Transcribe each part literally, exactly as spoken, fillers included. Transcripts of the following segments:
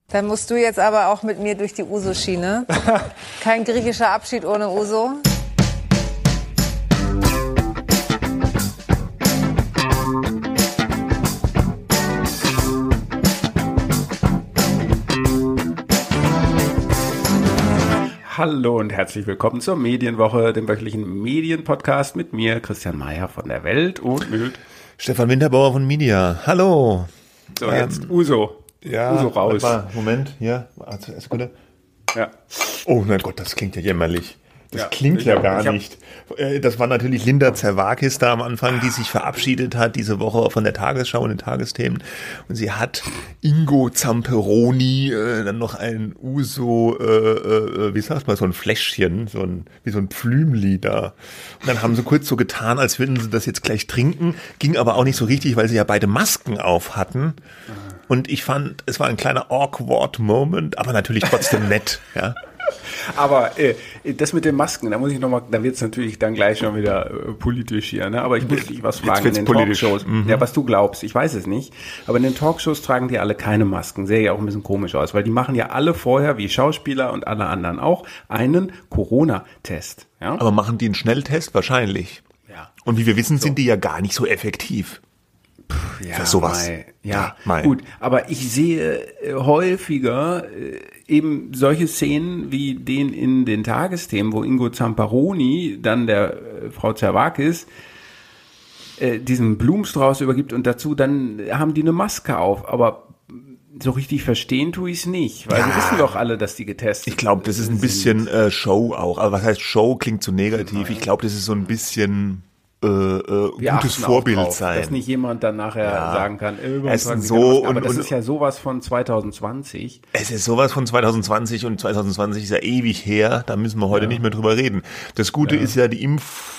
Dann musst du jetzt aber auch mit mir durch die Uso-Schiene. Kein griechischer Abschied ohne Uso. Hallo und herzlich willkommen zur Medienwoche, dem wöchentlichen Medienpodcast mit mir, Christian Mayer von der Welt und mit Stefan Winterbauer von Media. Hallo. So, ähm, jetzt Uso. Ja, Uso raus. Mal, Moment, hier. Sekunde. Ja. Oh mein Gott, das klingt ja jämmerlich. Das ja, klingt ja hab, gar nicht. Das war natürlich Linda Zerwakis da am Anfang, die sich verabschiedet hat diese Woche von der Tagesschau und den Tagesthemen. Und sie hat Ingo Zamperoni äh, dann noch ein Uso, äh, äh, wie sagt man, so ein Fläschchen, so ein, wie so ein Pflümli da. Und dann haben sie kurz so getan, als würden sie das jetzt gleich trinken. Ging aber auch nicht so richtig, weil sie ja beide Masken auf hatten. Und ich fand, es war ein kleiner awkward Moment, aber natürlich trotzdem nett, ja. Aber äh, das mit den Masken, da muss ich nochmal, da wird es natürlich dann gleich schon wieder äh, politisch hier, ne? Aber ich muss dich was fragen in den politisch. Talkshows. Mhm. Ja, was du glaubst, ich weiß es nicht. Aber in den Talkshows tragen die alle keine Masken. Sähe ja auch ein bisschen komisch aus, weil die machen ja alle vorher, wie Schauspieler und alle anderen auch, einen Corona-Test. Ja? Aber machen die einen Schnelltest? Wahrscheinlich. Ja. Und wie wir wissen, so. sind die ja gar nicht so effektiv. Puh, ja, für sowas. Mei, ja, ja gut, aber ich sehe äh, häufiger äh, eben solche Szenen wie den in den Tagesthemen, wo Ingo Zamperoni dann der äh, Frau Zerwakis äh, diesen Blumenstrauß übergibt und dazu dann haben die eine Maske auf, aber so richtig verstehen tue ich es nicht, weil ja. wir wissen doch alle, dass die getestet sind. Ich glaube, das ist ein bisschen äh, Show auch, aber was heißt Show, klingt so negativ, Nein. Ich glaube, das ist so ein bisschen... Äh, äh, gutes Vorbild drauf, sein. Dass nicht jemand dann nachher ja. sagen kann, äh, es ist so, aber und, das und, ist ja sowas von zwanzig zwanzig. Es ist sowas von zwanzig zwanzig und zwanzig zwanzig ist ja ewig her, da müssen wir heute ja. nicht mehr drüber reden. Das Gute ja. ist ja, die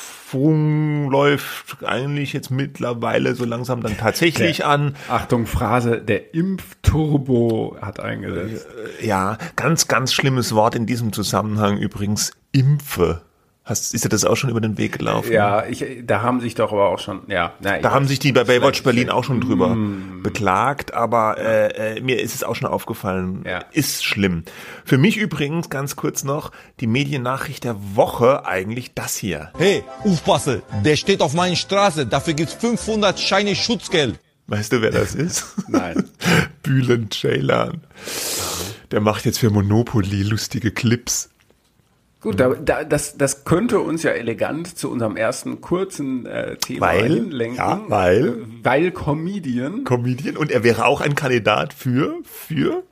Impfung läuft eigentlich jetzt mittlerweile so langsam dann tatsächlich der, an. Achtung, Phrase, der Impfturbo hat eingesetzt. Ja, ganz, ganz schlimmes Wort in diesem Zusammenhang übrigens, Impfe. Hast, ist dir das auch schon über den Weg gelaufen? Ja, ich, da haben sich doch aber auch schon, ja. Na, da haben sich die bei Baywatch Berlin auch schon drüber mm. beklagt, aber äh, äh, mir ist es auch schon aufgefallen. Ja. Ist schlimm. Für mich übrigens, ganz kurz noch, die Mediennachricht der Woche eigentlich das hier. Hey, aufpasse, der steht auf meiner Straße, dafür gibt's fünfhundert Scheine Schutzgeld. Weißt du, wer das ist? Nein. Bülent Ceylan. Der macht jetzt für Monopoly lustige Clips. Gut, da, da, das, das könnte uns ja elegant zu unserem ersten kurzen äh, Thema weil, hinlenken. Ja, weil, äh, weil Comedian. Comedian und er wäre auch ein Kandidat für, für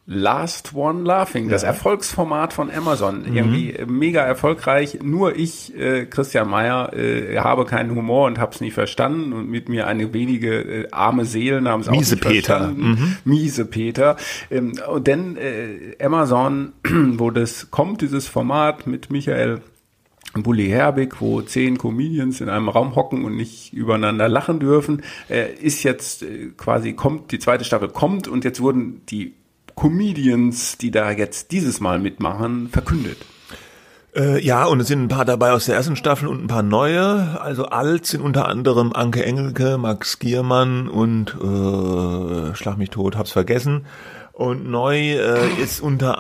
Last One Laughing, das ja. Erfolgsformat von Amazon. Mhm. Irgendwie mega erfolgreich. Nur ich, äh, Christian Mayer, äh, habe keinen Humor und habe es nicht verstanden. Und mit mir eine wenige äh, arme Seelen haben es auch nicht Peter. verstanden. Mhm. Miese Peter. Ähm, und denn äh, Amazon, wo das kommt, dieses Format mit Michael Bulli Herbig, wo zehn Comedians in einem Raum hocken und nicht übereinander lachen dürfen, äh, ist jetzt äh, quasi, kommt, die zweite Staffel kommt und jetzt wurden die Comedians, die da jetzt dieses Mal mitmachen, verkündet. Äh, ja, und es sind ein paar dabei aus der ersten Staffel und ein paar neue. Also alt sind unter anderem Anke Engelke, Max Giermann und äh, Schlag mich tot, hab's vergessen. Und neu äh, ist unter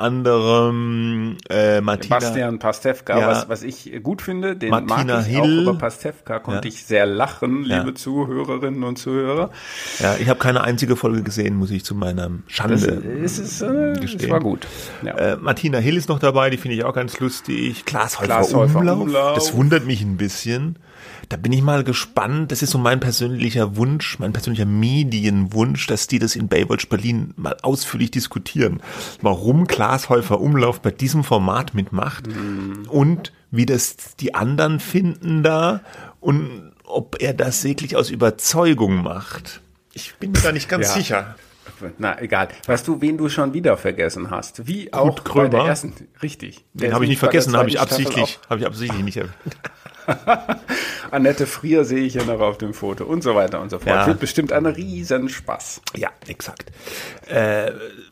anderem äh, Martina Bastian Pastewka, ja. was, was ich gut finde, den Martina mag ich Hill. auch. Über Pastewka konnte ja. ich sehr lachen, liebe ja. Zuhörerinnen und Zuhörer. Ja, ich habe keine einzige Folge gesehen, muss ich zu meiner Schande das ist, äh, gestehen. Das war gut. Ja. Äh, Martina Hill ist noch dabei, die finde ich auch ganz lustig. Klaas Häufer, Klaas Häufer Umlauf, Umlauf, das wundert mich ein bisschen. Da bin ich mal gespannt, das ist so mein persönlicher Wunsch, mein persönlicher Medienwunsch, dass die das in Baywatch Berlin mal ausführlich diskutieren. Warum Klaas Häufer Umlauf bei diesem Format mitmacht mhm. und wie das die anderen finden da und ob er das wirklich aus Überzeugung macht. Ich bin mir da nicht ganz ja. sicher. Na, egal. Weißt du, wen du schon wieder vergessen hast? Wie auch Kurt Krömer. Bei der ersten, richtig. Den habe ich nicht vergessen, habe ich absichtlich, habe ich absichtlich nicht erwähnt. Annette Frier sehe ich ja noch auf dem Foto und so weiter und so fort. Ja. Wird bestimmt ein Riesenspaß. Ja, exakt. Äh,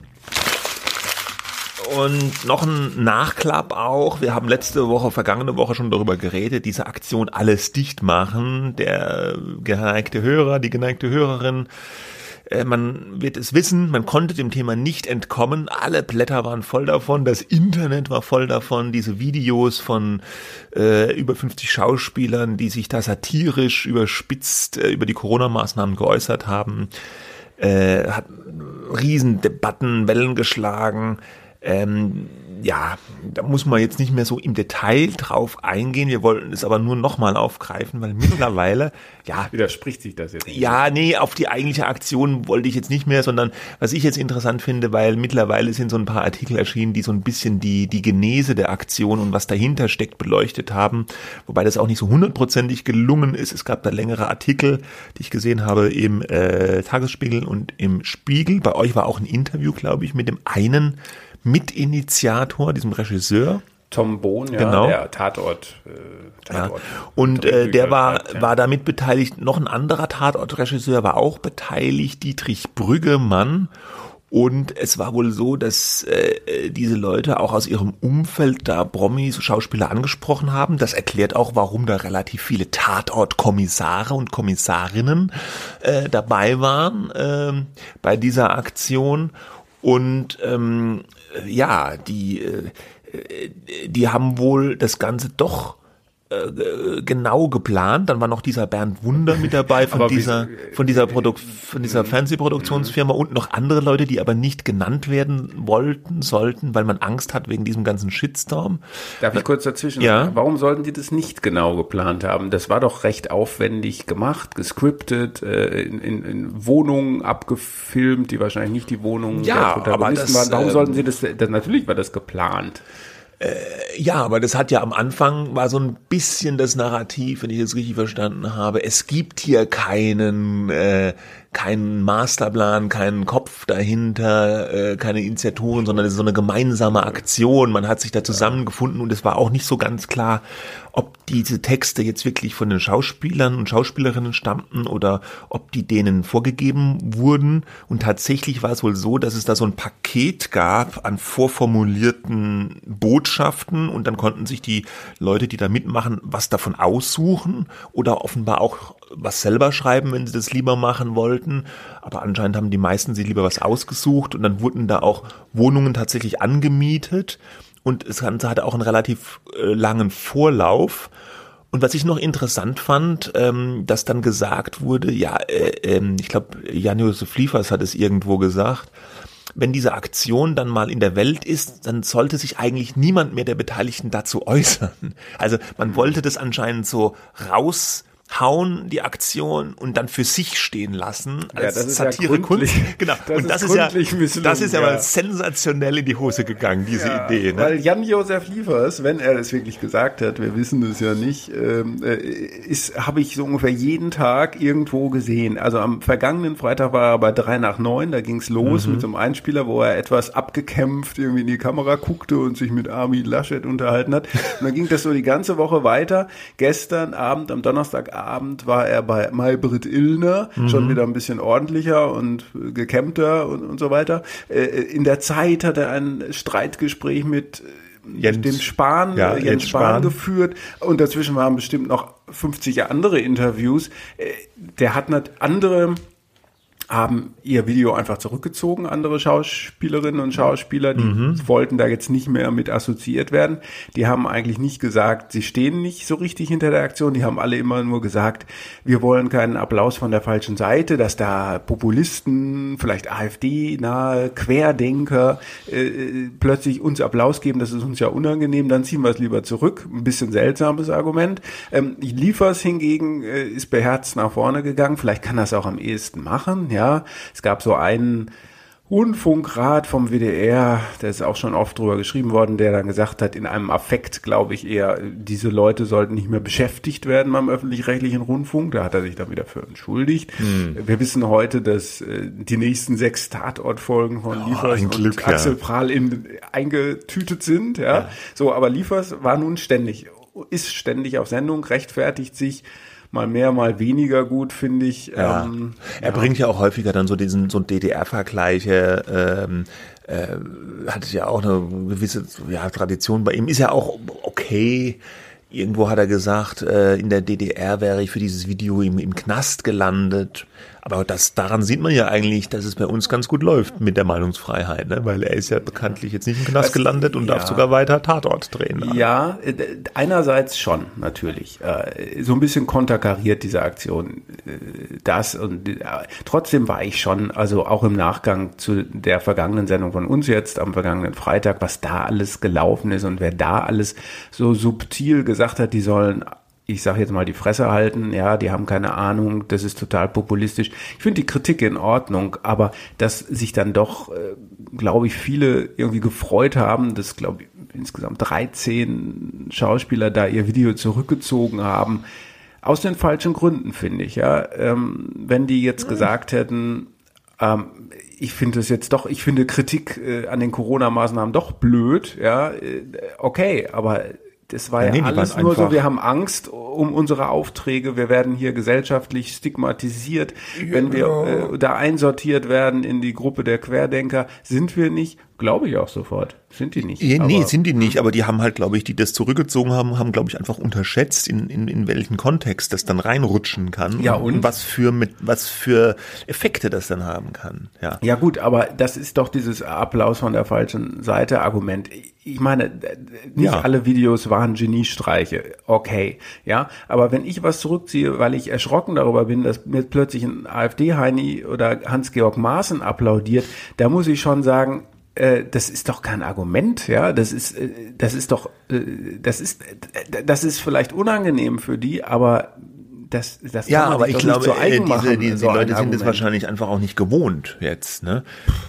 und noch ein Nachklapp auch. Wir haben letzte Woche, vergangene Woche schon darüber geredet, diese Aktion Alles dicht machen. Der geneigte Hörer, die geneigte Hörerin äh, man wird es wissen, man konnte dem Thema nicht entkommen, alle Blätter waren voll davon, das Internet war voll davon, diese Videos von äh, über fünfzig Schauspielern, die sich da satirisch überspitzt äh, über die Corona-Maßnahmen geäußert haben, äh, hat riesen Debatten, Wellen geschlagen. Ähm, ja, da muss man jetzt nicht mehr so im Detail drauf eingehen. Wir wollten es aber nur nochmal aufgreifen, weil mittlerweile, ja. Widerspricht sich das jetzt nicht? Ja, nee, auf die eigentliche Aktion wollte ich jetzt nicht mehr, sondern was ich jetzt interessant finde, weil mittlerweile sind so ein paar Artikel erschienen, die so ein bisschen die, die Genese der Aktion und was dahinter steckt beleuchtet haben. Wobei das auch nicht so hundertprozentig gelungen ist. Es gab da längere Artikel, die ich gesehen habe im äh, Tagesspiegel und im Spiegel. Bei euch war auch ein Interview, glaube ich, mit dem einen Mitinitiator, diesem Regisseur. Tom Bohn, ja, genau. der Tatort. Äh, Tatort ja. Und äh, der war, ja. war damit beteiligt, noch ein anderer Tatortregisseur war auch beteiligt, Dietrich Brüggemann. Und es war wohl so, dass äh, diese Leute auch aus ihrem Umfeld da Promis, Schauspieler angesprochen haben. Das erklärt auch, warum da relativ viele Tatortkommissare und Kommissarinnen äh, dabei waren äh, bei dieser Aktion. Und ähm, ja, die, äh, die haben wohl das Ganze doch äh, genau geplant. Dann war noch dieser Bernd Wunder mit dabei von dieser von dieser Produkt von dieser Fernsehproduktionsfirma und noch andere Leute, die aber nicht genannt werden wollten, sollten, weil man Angst hat wegen diesem ganzen Shitstorm. Darf ich kurz dazwischen? Ja. Warum sollten die das nicht genau geplant haben? Das war doch recht aufwendig gemacht, gescriptet, äh, in, in, in Wohnungen abgefilmt, die wahrscheinlich nicht die Wohnungen ja, der Protagonisten aber das, waren. Warum äh, sollten sie das, das? Natürlich war das geplant. Ja, aber das hat ja am Anfang war so ein bisschen das Narrativ, wenn ich das richtig verstanden habe. Es gibt hier keinen, äh, keinen Masterplan, keinen Kopf dahinter, äh, keine Initiatoren, sondern es ist so eine gemeinsame Aktion. Man hat sich da zusammengefunden und es war auch nicht so ganz klar, ob diese Texte jetzt wirklich von den Schauspielern und Schauspielerinnen stammten oder ob die denen vorgegeben wurden. Und tatsächlich war es wohl so, dass es da so ein Paket gab an vorformulierten Botschaften und dann konnten sich die Leute, die da mitmachen, was davon aussuchen oder offenbar auch was selber schreiben, wenn sie das lieber machen wollten. Aber anscheinend haben die meisten sich lieber was ausgesucht und dann wurden da auch Wohnungen tatsächlich angemietet. Und das Ganze hatte auch einen relativ äh, langen Vorlauf. Und was ich noch interessant fand, ähm, dass dann gesagt wurde, ja, äh, äh, ich glaube, Jan-Josef Liefers hat es irgendwo gesagt, wenn diese Aktion dann mal in der Welt ist, dann sollte sich eigentlich niemand mehr der Beteiligten dazu äußern. Also man wollte das anscheinend so raus hauen, die Aktion, und dann für sich stehen lassen als ja, das ist Satire-Kunst. Ja genau. das und das ist, ist ja, misslungen, das ist ja, ja mal ja. sensationell in die Hose gegangen, diese ja, Idee. Ne? Weil Jan-Josef Liefers, wenn er das wirklich gesagt hat, wir wissen es ja nicht, ähm, ist, habe ich so ungefähr jeden Tag irgendwo gesehen. Also am vergangenen Freitag war er bei drei nach neun, da ging's los mhm. mit so einem Einspieler, wo er etwas abgekämpft irgendwie in die Kamera guckte und sich mit Armin Laschet unterhalten hat. Und dann ging das so die ganze Woche weiter. Gestern Abend, am Donnerstagabend, Abend war er bei Maybrit Illner, mhm. schon wieder ein bisschen ordentlicher und gekämmter und, und so weiter. In der Zeit hat er ein Streitgespräch mit Jens, dem Spahn, ja, Jens, Jens Spahn, Spahn geführt und dazwischen waren bestimmt noch fünfzig andere Interviews. Der hat nicht andere haben ihr Video einfach zurückgezogen, andere Schauspielerinnen und Schauspieler, die mhm. wollten da jetzt nicht mehr mit assoziiert werden. Die haben eigentlich nicht gesagt, sie stehen nicht so richtig hinter der Aktion, die haben alle immer nur gesagt, wir wollen keinen Applaus von der falschen Seite, dass da Populisten, vielleicht AfD-nahe Querdenker äh, plötzlich uns Applaus geben, das ist uns ja unangenehm, dann ziehen wir es lieber zurück. Ein bisschen seltsames Argument. Ähm, Liefers hingegen äh, ist beherzt nach vorne gegangen, vielleicht kann er es auch am ehesten machen, ja. Ja, es gab so einen Rundfunkrat vom W D R, der ist auch schon oft drüber geschrieben worden, der dann gesagt hat, in einem Affekt, glaube ich eher, diese Leute sollten nicht mehr beschäftigt werden beim öffentlich-rechtlichen Rundfunk. Da hat er sich dann wieder für entschuldigt. Hm. Wir wissen heute, dass äh, die nächsten sechs Tatortfolgen von oh, Liefers und Glück, Axel ja. Prahl in, eingetütet sind. Ja. ja, so, aber Liefers war nun ständig, ist ständig auf Sendung, rechtfertigt sich. Mal mehr, mal weniger gut, finde ich. Ja. Ähm, er ja. bringt ja auch häufiger dann so diesen so D D R-Vergleiche, ähm, äh, hat ja auch eine gewisse ja, Tradition bei ihm. Ist ja auch okay. Irgendwo hat er gesagt, äh, in der D D R wäre ich für dieses Video im, im Knast gelandet. Aber das, daran sieht man ja eigentlich, dass es bei uns ganz gut läuft mit der Meinungsfreiheit, ne? Weil er ist ja bekanntlich jetzt nicht im Knast gelandet und ja. darf sogar weiter Tatort drehen. Also. Ja, einerseits schon, natürlich. So ein bisschen konterkariert diese Aktion. Das und trotzdem war ich schon, also auch im Nachgang zu der vergangenen Sendung von uns jetzt am vergangenen Freitag, was da alles gelaufen ist und wer da alles so subtil gesagt hat, die sollen, ich sage jetzt mal, die Fresse halten, ja, die haben keine Ahnung, das ist total populistisch. Ich finde die Kritik in Ordnung, aber dass sich dann doch, äh, glaube ich, viele irgendwie gefreut haben, dass, glaube ich, insgesamt dreizehn Schauspieler da ihr Video zurückgezogen haben, aus den falschen Gründen, finde ich, ja. Ähm, wenn die jetzt gesagt hätten, ähm, ich finde es jetzt doch, ich finde Kritik äh, an den Corona-Maßnahmen doch blöd, ja, äh, okay, aber das war ja, ja nee, alles nur so, wir haben Angst um unsere Aufträge, wir werden hier gesellschaftlich stigmatisiert, ja. Wenn wir äh, da einsortiert werden in die Gruppe der Querdenker, sind wir nicht, glaube ich auch sofort. Sind die nicht. Ja, nee, sind die nicht, aber die haben halt, glaube ich, die das zurückgezogen haben, haben, glaube ich, einfach unterschätzt, in, in, in welchen Kontext das dann reinrutschen kann. Ja, und? und was für mit, was für Effekte das dann haben kann. Ja. Ja, gut, aber das ist doch dieses Applaus von der falschen Seite Argument. Ich meine, nicht ja. alle Videos waren Geniestreiche. Okay. Ja. Aber wenn ich was zurückziehe, weil ich erschrocken darüber bin, dass mir plötzlich ein AfD-Heini oder Hans-Georg Maaßen applaudiert, da muss ich schon sagen, das ist doch kein Argument, ja, das ist, das ist doch, das ist, das ist vielleicht unangenehm für die, aber das, das kann ja, man aber sich ich doch glaube, nicht zu eigen diese, machen, die, die, so die Leute sind Argument. es wahrscheinlich einfach auch nicht gewohnt jetzt, ne?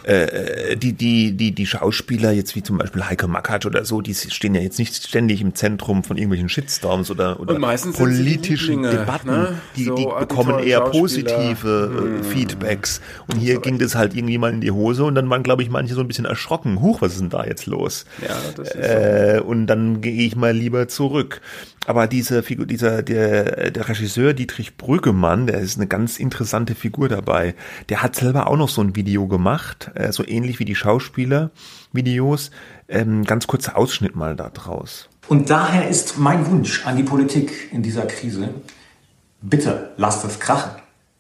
Äh, die, die, die, die Schauspieler jetzt wie zum Beispiel Heike Makatsch oder so, die stehen ja jetzt nicht ständig im Zentrum von irgendwelchen Shitstorms oder, oder politischen Debatten. Ne? Die, so, die bekommen eher positive hm. Feedbacks. Und hier so ging das halt irgendwie mal in die Hose und dann waren, glaube ich, manche so ein bisschen erschrocken. Huch, was ist denn da jetzt los? Ja, das ist äh, so. Und dann gehe ich mal lieber zurück. Aber diese Figur, dieser, der, der Regisseur Dietrich Brüggemann, der ist eine ganz interessante Figur dabei. Der hat selber auch noch so ein Video gemacht, äh, so ähnlich wie die Schauspieler-Videos. Ähm, ganz kurzer Ausschnitt mal da draus. Und daher ist mein Wunsch an die Politik in dieser Krise, bitte lasst es krachen.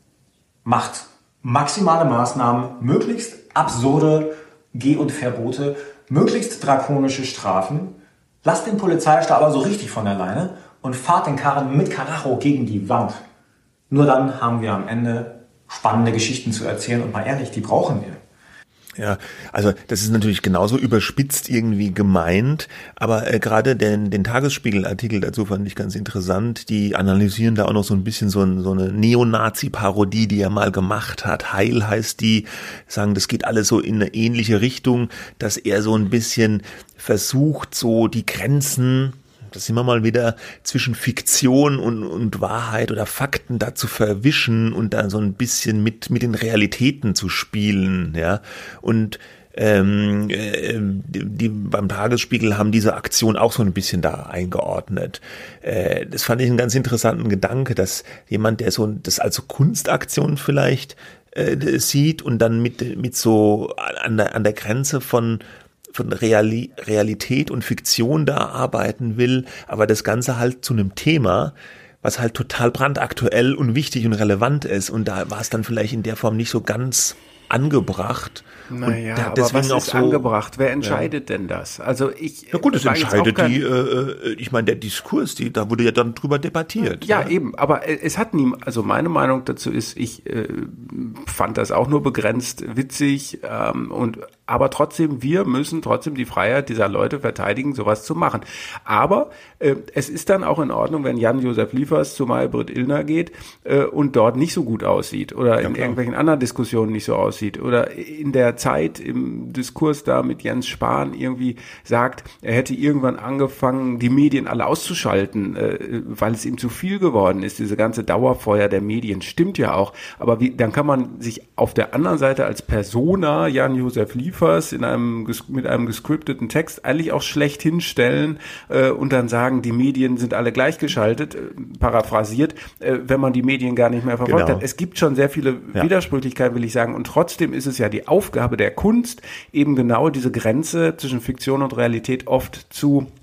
Macht maximale Maßnahmen, möglichst absurde Geh- und Verbote, möglichst drakonische Strafen. Lasst den Polizeistaat aber so richtig von der Leine und fahrt den Karren mit Karacho gegen die Wand. Nur dann haben wir am Ende spannende Geschichten zu erzählen und mal ehrlich, die brauchen wir. Ja, also das ist natürlich genauso überspitzt irgendwie gemeint, aber äh, gerade den, den Tagesspiegel-Artikel dazu fand ich ganz interessant. Die analysieren da auch noch so ein bisschen so, ein, so eine Neonazi-Parodie, die er mal gemacht hat. Heil heißt die, sagen, das geht alles so in eine ähnliche Richtung, dass er so ein bisschen versucht, so die Grenzen, das sind wir mal wieder, zwischen Fiktion und, und Wahrheit oder Fakten da zu verwischen und dann so ein bisschen mit, mit den Realitäten zu spielen, ja. Und ähm, äh, die, die beim Tagesspiegel haben diese Aktion auch so ein bisschen da eingeordnet. Äh, das fand ich einen ganz interessanten Gedanke, dass jemand, der so das als Kunstaktion vielleicht äh, sieht und dann mit, mit so an der, an der Grenze von von Reali- Realität und Fiktion da arbeiten will, aber das Ganze halt zu einem Thema, was halt total brandaktuell und wichtig und relevant ist. Und da war es dann vielleicht in der Form nicht so ganz angebracht. Naja, aber was ist so angebracht? Wer entscheidet ja. denn das? Also ich. Ja gut, das entscheidet die, äh, ich meine, der Diskurs, die, da wurde ja dann drüber debattiert. Ja, ja, eben, aber es hat nie, also meine Meinung dazu ist, ich äh, fand das auch nur begrenzt witzig ähm, und aber trotzdem, wir müssen trotzdem die Freiheit dieser Leute verteidigen, sowas zu machen. Aber äh, es ist dann auch in Ordnung, wenn Jan-Josef Liefers zu Maybrit Illner geht äh, und dort nicht so gut aussieht oder ja, in klar. irgendwelchen anderen Diskussionen nicht so aussieht oder in der Zeit im Diskurs da mit Jens Spahn irgendwie sagt, er hätte irgendwann angefangen, die Medien alle auszuschalten, äh, weil es ihm zu viel geworden ist. Diese ganze Dauerfeuer der Medien stimmt ja auch. Aber wie, dann kann man sich auf der anderen Seite als Persona Jan-Josef Liefers in einem mit einem gescripteten Text eigentlich auch schlecht hinstellen äh, und dann sagen, die Medien sind alle gleichgeschaltet, äh, paraphrasiert, äh, wenn man die Medien gar nicht mehr verfolgt genau. hat. Es gibt schon sehr viele ja. Widersprüchlichkeiten, will ich sagen, und trotzdem ist es ja die Aufgabe der Kunst, eben genau diese Grenze zwischen Fiktion und Realität oft zu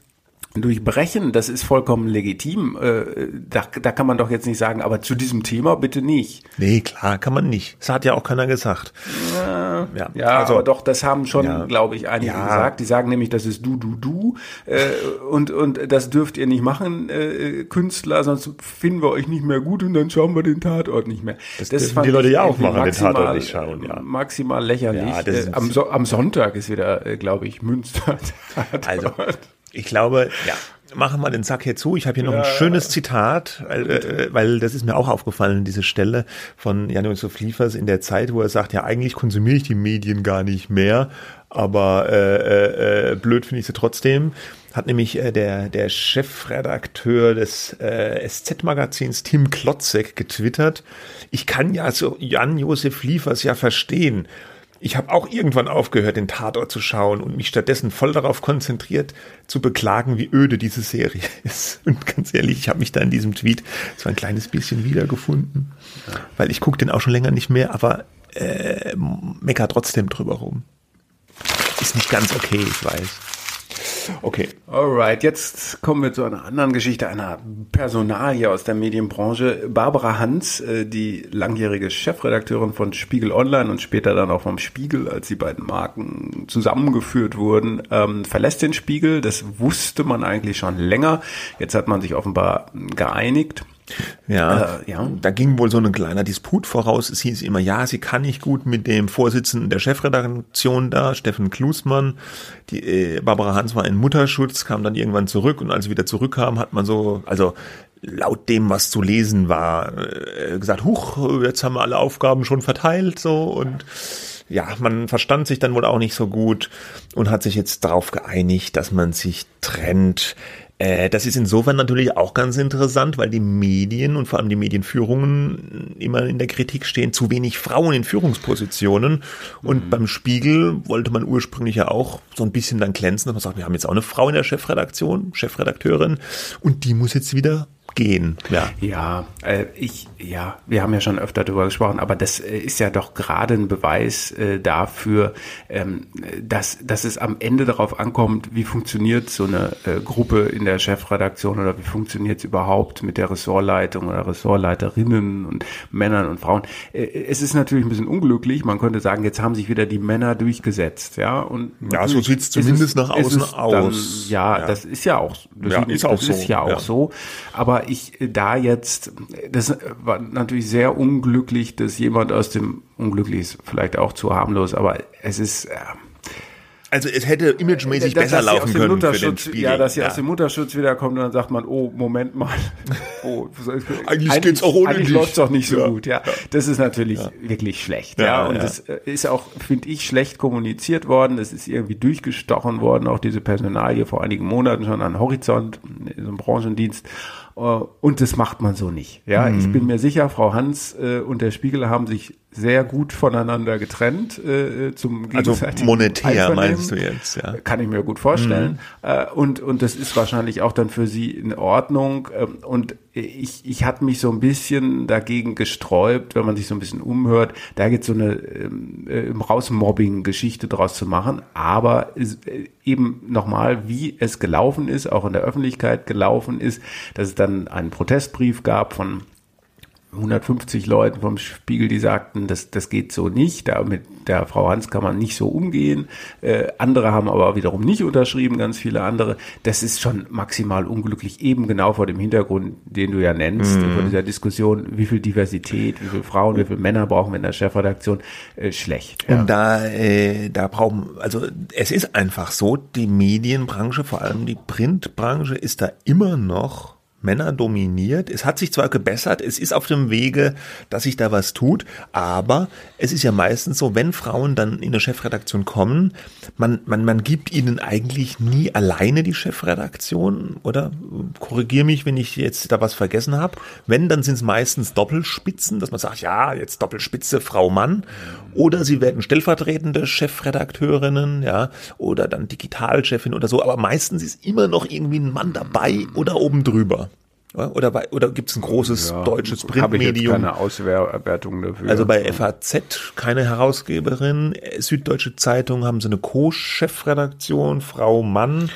durchbrechen, das ist vollkommen legitim. Äh, da, da kann man doch jetzt nicht sagen, aber zu diesem Thema bitte nicht. Nee, klar, kann man nicht. Das hat ja auch keiner gesagt. Ja, ja, ja also, aber doch, das haben schon, ja, glaube ich, einige ja. gesagt. Die sagen nämlich, das ist du, du, du. Äh, und, und das dürft ihr nicht machen, äh, Künstler, sonst finden wir euch nicht mehr gut und dann schauen wir den Tatort nicht mehr. Das, das dürfen die Leute ja auch machen, maximal, den Tatort nicht schauen. Ja. Maximal lächerlich. Ja, das ist äh, am, so- am Sonntag ist wieder, äh, glaube ich, Münster. Also, ich glaube, ja, machen wir den Sack hier zu. Ich habe hier noch ein schönes Zitat, weil, äh, weil das ist mir auch aufgefallen, diese Stelle von Jan-Josef Liefers in der Zeit, wo er sagt, ja, eigentlich konsumiere ich die Medien gar nicht mehr, aber äh, äh, blöd finde ich sie trotzdem. Hat nämlich äh, der, der Chefredakteur des äh, S Z-Magazins, Tim Klotzek, getwittert, ich kann ja so Jan-Josef Liefers ja verstehen. Ich habe auch irgendwann aufgehört, den Tatort zu schauen und mich stattdessen voll darauf konzentriert, zu beklagen, wie öde diese Serie ist. Und ganz ehrlich, ich habe mich da in diesem Tweet so ein kleines bisschen wiedergefunden, ja. Weil ich gucke den auch schon länger nicht mehr, aber äh, mecker trotzdem drüber rum. Ist nicht ganz okay, ich weiß. Okay. Alright, jetzt kommen wir zu einer anderen Geschichte, einer Personalie aus der Medienbranche. Barbara Hans, die langjährige Chefredakteurin von Spiegel Online und später dann auch vom Spiegel, als die beiden Marken zusammengeführt wurden, ähm, verlässt den Spiegel. Das wusste man eigentlich schon länger. Jetzt hat man sich offenbar geeinigt. Ja, äh, ja, da ging wohl so ein kleiner Disput voraus. Es hieß immer, ja, sie kann nicht gut mit dem Vorsitzenden der Chefredaktion da, Steffen Klusmann. Die äh, Barbara Hans war in Mutterschutz, kam dann irgendwann zurück und als sie wieder zurückkam, hat man so, also laut dem, was zu lesen war, äh, gesagt, huch, jetzt haben wir alle Aufgaben schon verteilt, so, und ja, man verstand sich dann wohl auch nicht so gut und hat sich jetzt darauf geeinigt, dass man sich trennt. Das ist insofern natürlich auch ganz interessant, weil die Medien und vor allem die Medienführungen immer in der Kritik stehen, zu wenig Frauen in Führungspositionen. Und mhm. beim Spiegel wollte man ursprünglich ja auch so ein bisschen dann glänzen, dass man sagt, wir haben jetzt auch eine Frau in der Chefredaktion, Chefredakteurin, und die muss jetzt wieder gehen. Ja, ja, äh, ich, ja, wir haben ja schon öfter darüber gesprochen, aber das äh, ist ja doch gerade ein Beweis äh, dafür, ähm, dass, dass es am Ende darauf ankommt, wie funktioniert so eine äh, Gruppe in der Chefredaktion oder wie funktioniert es überhaupt mit der Ressortleitung oder Ressortleiterinnen und Männern und Frauen. Äh, es ist natürlich ein bisschen unglücklich. Man könnte sagen, jetzt haben sich wieder die Männer durchgesetzt, ja. Und ja, so sieht es zumindest nach außen aus. Dann, ja, ja, das ist ja auch, das ja, ist, ist auch das so. ist ja auch ja. so. Aber ich da jetzt, das war natürlich sehr unglücklich, dass jemand aus dem, unglücklich ist vielleicht auch zu harmlos, aber es ist, äh, also es hätte imagemäßig dass, besser dass laufen können für den Spiegel. Ja, dass sie ja. aus dem Mutterschutz wiederkommt und dann sagt man, oh, Moment mal. Oh, eigentlich eigentlich geht's auch ohne Eigentlich dich. läuft's doch nicht so ja. gut, ja. Das ist natürlich ja. wirklich schlecht, ja. ja und ja. das ist auch, finde ich, schlecht kommuniziert worden. Das ist irgendwie durchgestochen worden, auch diese Personalie vor einigen Monaten schon an Horizont, in so einem Branchendienst. Und das macht man so nicht. Ja, mhm. Ich bin mir sicher, Frau Hans äh, und der Spiegel haben sich sehr gut voneinander getrennt äh, zum gegenseitigen Also monetär Einvernehmen. Meinst du jetzt? Ja. Kann ich mir gut vorstellen. Mhm. Äh, und und das ist wahrscheinlich auch dann für sie in Ordnung. Ähm, und ich ich hatte mich so ein bisschen dagegen gesträubt, wenn man sich so ein bisschen umhört, da jetzt so eine äh, Rausmobbing-Geschichte draus zu machen. Aber äh, eben nochmal, wie es gelaufen ist, auch in der Öffentlichkeit gelaufen ist, dass es dann einen Protestbrief gab von hundertfünfzig Leuten vom Spiegel, die sagten, das, das geht so nicht, da mit der Frau Hans kann man nicht so umgehen. Äh, andere haben aber wiederum nicht unterschrieben, ganz viele andere. Das ist schon maximal unglücklich, eben genau vor dem Hintergrund, den du ja nennst, mhm. von dieser Diskussion, wie viel Diversität, wie viele Frauen, wie viele Männer brauchen wir in der Chefredaktion, äh, schlecht. Ja. Und da, äh, da brauchen, also es ist einfach so, die Medienbranche, vor allem die Printbranche, ist da immer noch Männer dominiert. Es hat sich zwar gebessert, es ist auf dem Wege, dass sich da was tut, aber es ist ja meistens so, wenn Frauen dann in eine Chefredaktion kommen, man, man, man gibt ihnen eigentlich nie alleine die Chefredaktion, oder? Korrigier mich, wenn ich jetzt da was vergessen habe. Wenn, dann sind es meistens Doppelspitzen, dass man sagt, ja, jetzt Doppelspitze Frau Mann, oder sie werden stellvertretende Chefredakteurinnen, ja, oder dann Digitalchefin oder so, aber meistens ist immer noch irgendwie ein Mann dabei oder oben drüber. Oder, bei, oder gibt es ein großes ja, deutsches Printmedium? Habe ich jetzt keine Auswertung dafür. Also bei F A Z keine Herausgeberin. Süddeutsche Zeitung haben sie eine Co-Chefredaktion, Frau Mann.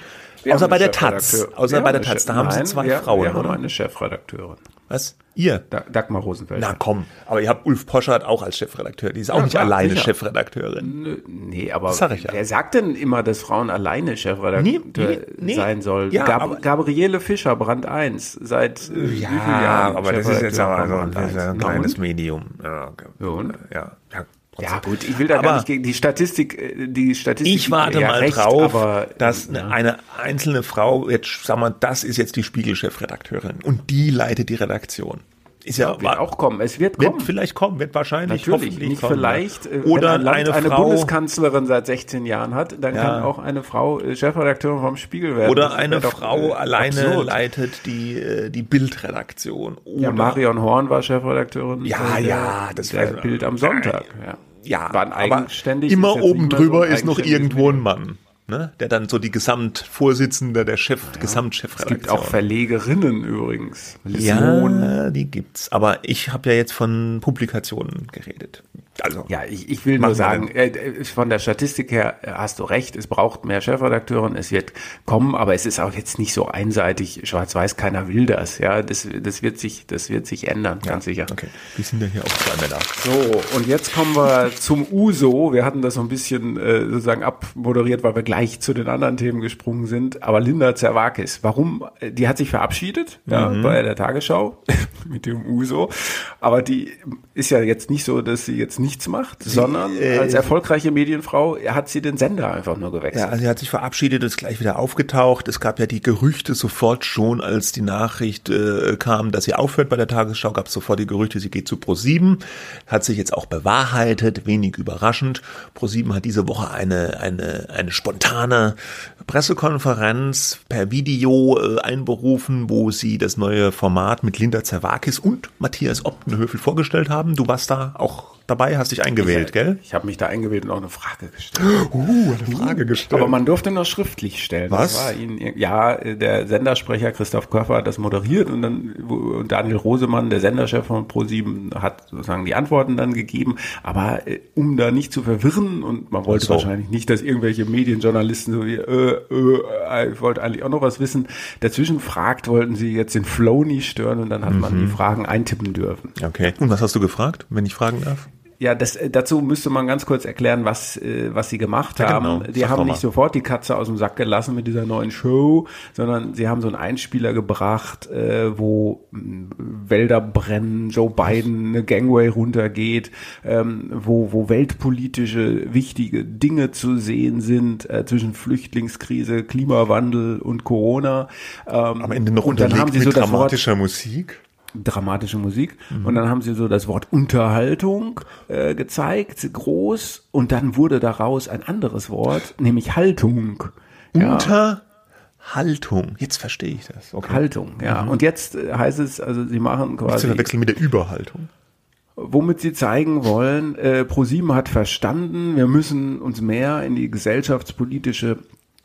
Wir Außer haben bei eine der Taz. Chefredakteur- Außer wir haben bei der eine Taz. Chef- Da haben Sie Nein, zwei wir, Frauen, Wir haben oder? eine Chefredakteurin. Was? Ihr? Da- Dagmar Rosenfeld. Na komm, aber ihr habt Ulf Poschardt auch als Chefredakteur. Die ist auch Ja, nicht klar, alleine sicher. Chefredakteurin. Nö, Nee, aber Das sag ich ja. wer sagt denn immer, dass Frauen alleine Chefredakteur Nee, nee, nee. sein sollen? Ja, Gab, aber- Gabriele Fischer, Brand eins, seit äh, wie vielen Jahren aber das ist jetzt Chefredakteurin aber so von ein, Brand das ist ja ein eins? kleines Na und? Medium. Ja, okay. Ja, und? ja, ja, Ja gut, ich will da Aber gar nicht gegen die Statistik, äh, die Statistik. Ich warte ja, mal recht, drauf, aber, dass ja. eine einzelne Frau, jetzt sag mal, das ist jetzt die Spiegel-Chefredakteurin und die leitet die Redaktion. Ist ja, wird auch kommen. Es wird kommen. Wird vielleicht kommen, wird wahrscheinlich Natürlich, hoffentlich nicht kommen. vielleicht. äh, Oder wenn ein Land eine eine Frau Bundeskanzlerin seit sechzehn Jahren hat, dann Ja. kann auch eine Frau äh, Chefredakteurin vom Spiegel werden. oder Das eine wäre doch, Frau äh, alleine absurd. leitet die äh, die Bildredaktion. Oder Ja, Marion Horn war Chefredakteurin. Ja, äh, der, ja, das der weiß- Bild am Sonntag. Ja, ja, Waren aber eigenständig. immer ist jetzt nicht oben mehr so drüber ein ist noch eigenständiges irgendwo ein Medium. Mann, ne? Der dann so die Gesamtvorsitzende der Chef, Es Gesamtchefredaktion. gibt auch Verlegerinnen übrigens. Limon. Ja, die gibt's. Aber ich habe ja jetzt von Publikationen geredet. Also Ja, ich, ich will Machen nur wir sagen, äh, von der Statistik her äh, hast du recht, es braucht mehr Chefredakteuren, es wird kommen, aber es ist auch jetzt nicht so einseitig, schwarz-weiß, keiner will das, ja, das, das wird sich, das wird sich ändern, ganz sicher. okay. Wir sind ja hier auch zwei Männer. So, und jetzt kommen wir zum U S O. Wir hatten das so ein bisschen äh, sozusagen abmoderiert, weil wir gleich zu den anderen Themen gesprungen sind. Aber Linda Zerwakis, warum? Die hat sich verabschiedet ja, bei der Tagesschau mit dem U S O. Aber die ist ja jetzt nicht so, dass sie jetzt nichts macht, sondern äh, als erfolgreiche Medienfrau hat sie den Sender einfach nur gewechselt. Ja, also sie hat sich verabschiedet, ist gleich wieder aufgetaucht. Es gab ja die Gerüchte sofort schon, als die Nachricht äh, kam, dass sie aufhört bei der Tagesschau, gab es sofort die Gerüchte, sie geht zu ProSieben. Hat sich jetzt auch bewahrheitet, wenig überraschend. ProSieben hat diese Woche eine eine eine spontane Pressekonferenz per Video äh, einberufen, wo sie das neue Format mit Linda Zerwakis und Matthias Optenhöfel vorgestellt haben. Du warst da auch dabei, hast dich eingewählt, ich, gell? Ich habe mich da eingewählt und auch eine Frage gestellt. Uh, eine Frage gestellt. Aber man durfte nur schriftlich stellen. Was? Das war ihnen, ja, der Sendersprecher Christoph Körfer hat das moderiert und dann und Daniel Rosemann, der Senderchef von ProSieben, hat sozusagen die Antworten dann gegeben. Aber äh, um da nicht zu verwirren und man wollte so. wahrscheinlich nicht, dass irgendwelche Medienjournalisten so wie, äh, äh, ich wollte eigentlich auch noch was wissen. Dazwischen fragt, wollten sie jetzt den Flow nicht stören und dann hat man die Fragen eintippen dürfen. Okay. Und was hast du gefragt, wenn ich fragen darf? Ja, das, äh, dazu müsste man ganz kurz erklären, was, äh, was sie gemacht Ja, haben. genau. Die Sag haben doch nicht mal. sofort die Katze aus dem Sack gelassen mit dieser neuen Show, sondern sie haben so einen Einspieler gebracht, äh, wo mh, Wälder brennen, Joe Biden eine Gangway runtergeht, ähm, wo, wo weltpolitische wichtige Dinge zu sehen sind äh, zwischen Flüchtlingskrise, Klimawandel und Corona. Ähm, Am Ende noch und dann unterlegt haben sie mit so das Wort dramatischer Musik. dramatische Musik und dann haben sie so das Wort Unterhaltung äh, gezeigt, groß, und dann wurde daraus ein anderes Wort, nämlich Haltung. Ja, Unterhaltung. Jetzt verstehe ich das. Okay. Haltung, ja. Und jetzt äh, heißt es, also sie machen Nicht zu quasi, verwechseln mit der Überhaltung. womit sie zeigen wollen, äh, ProSieben hat verstanden, wir müssen uns mehr in die gesellschaftspolitische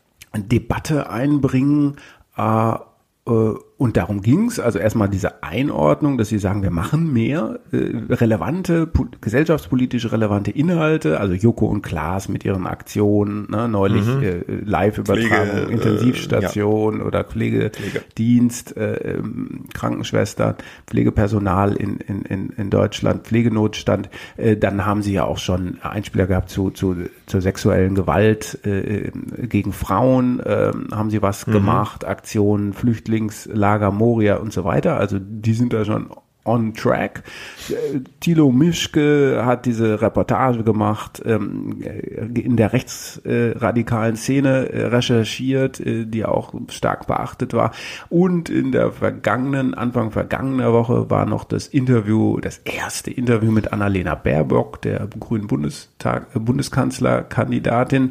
Debatte einbringen, äh, und darum ging's, also erstmal diese Einordnung, dass sie sagen, wir machen mehr äh, relevante, po- gesellschaftspolitisch relevante Inhalte, also Joko und Klaas mit ihren Aktionen, ne, neulich Mhm. äh, Live-Übertragung, Pflege, äh, Intensivstation oder Pflegedienst, äh, ähm, Krankenschwester, Pflegepersonal in, in, in, in Deutschland, Pflegenotstand. Äh, dann haben sie ja auch schon Einspieler gehabt zu, zu, zur sexuellen Gewalt äh, gegen Frauen, äh, haben sie was Mhm. gemacht, Aktionen, Flüchtlingslager, Moria und so weiter. Also die sind da schon on track. Äh, Thilo Mischke hat diese Reportage gemacht, ähm, in der rechtsradikalen Szene äh, recherchiert, äh, die auch stark beachtet war. Und in der vergangenen, Anfang vergangener Woche war noch das Interview, das erste Interview mit Annalena Baerbock, der grünen Bundestag, äh, Bundeskanzlerkandidatin.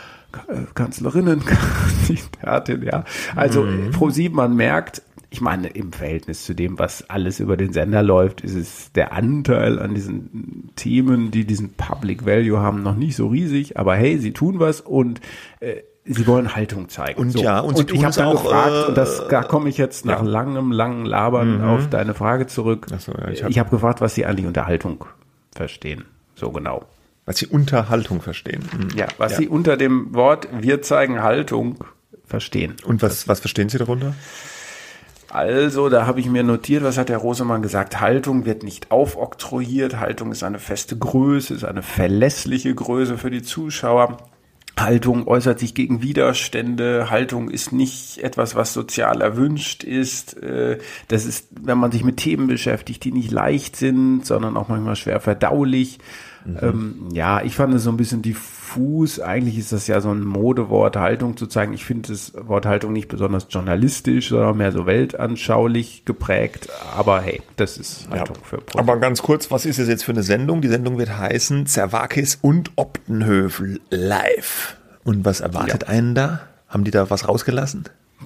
Kanzlerinnenkandidatin, ja. Also Mhm. ProSieben, man merkt, ich meine, im Verhältnis zu dem, was alles über den Sender läuft, ist es der Anteil an diesen Themen, die diesen Public Value haben, noch nicht so riesig. Aber hey, sie tun was und äh, sie wollen Haltung zeigen. Und ja, und sie tun ich habe es dann auch, gefragt, äh, und das, da komme ich jetzt nach ja. langem, langen Labern auf deine Frage zurück. Ach so, ja, ich ich hab- habe hab gefragt, was sie eigentlich unter Haltung verstehen. So genau. Was sie Unterhaltung verstehen. Mhm. Ja, was Ja. sie unter dem Wort "wir zeigen Haltung" verstehen. Und was, was verstehen Sie darunter? Also, da habe ich mir notiert, was hat der Rosemann gesagt? Haltung wird nicht aufoktroyiert, Haltung ist eine feste Größe, ist eine verlässliche Größe für die Zuschauer. Haltung äußert sich gegen Widerstände, Haltung ist nicht etwas, was sozial erwünscht ist. Das ist, wenn man sich mit Themen beschäftigt, die nicht leicht sind, sondern auch manchmal schwer verdaulich. Mhm. Ähm, ja, ich fand es so ein bisschen diffus. Eigentlich ist das ja so ein Modewort, Haltung zu zeigen. Ich finde das Wort Haltung nicht besonders journalistisch, sondern mehr so weltanschaulich geprägt. Aber hey, das ist Haltung ja. für Politik. Aber ganz kurz, was ist es jetzt für eine Sendung? Die Sendung wird heißen Zerwakis und Optenhövel live. Und was erwartet ja. einen da? Haben die da was rausgelassen?